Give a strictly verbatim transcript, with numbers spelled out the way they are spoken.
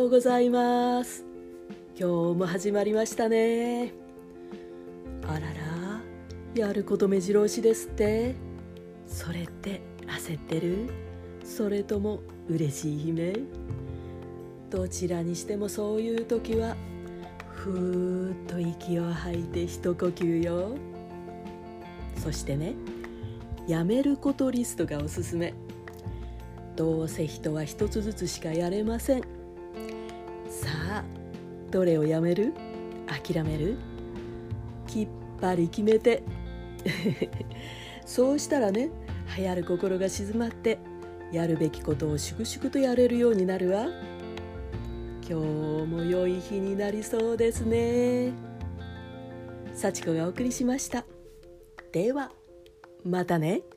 ようございます。今日も始まりましたね。あらら、やること目白押しですって。それって焦ってる？それとも嬉しい悲鳴？どちらにしてもそういう時はふーっと息を吐いて一呼吸よ。そしてね、やめることリストがおすすめ。どうせ人は一つずつしかやれません。さあ、どれをやめる？諦める？きっぱり決めてそうしたらね、流行る心が静まってやるべきことを粛々とやれるようになるわ。今日も良い日になりそうですね。幸子がお送りしました。ではまたね。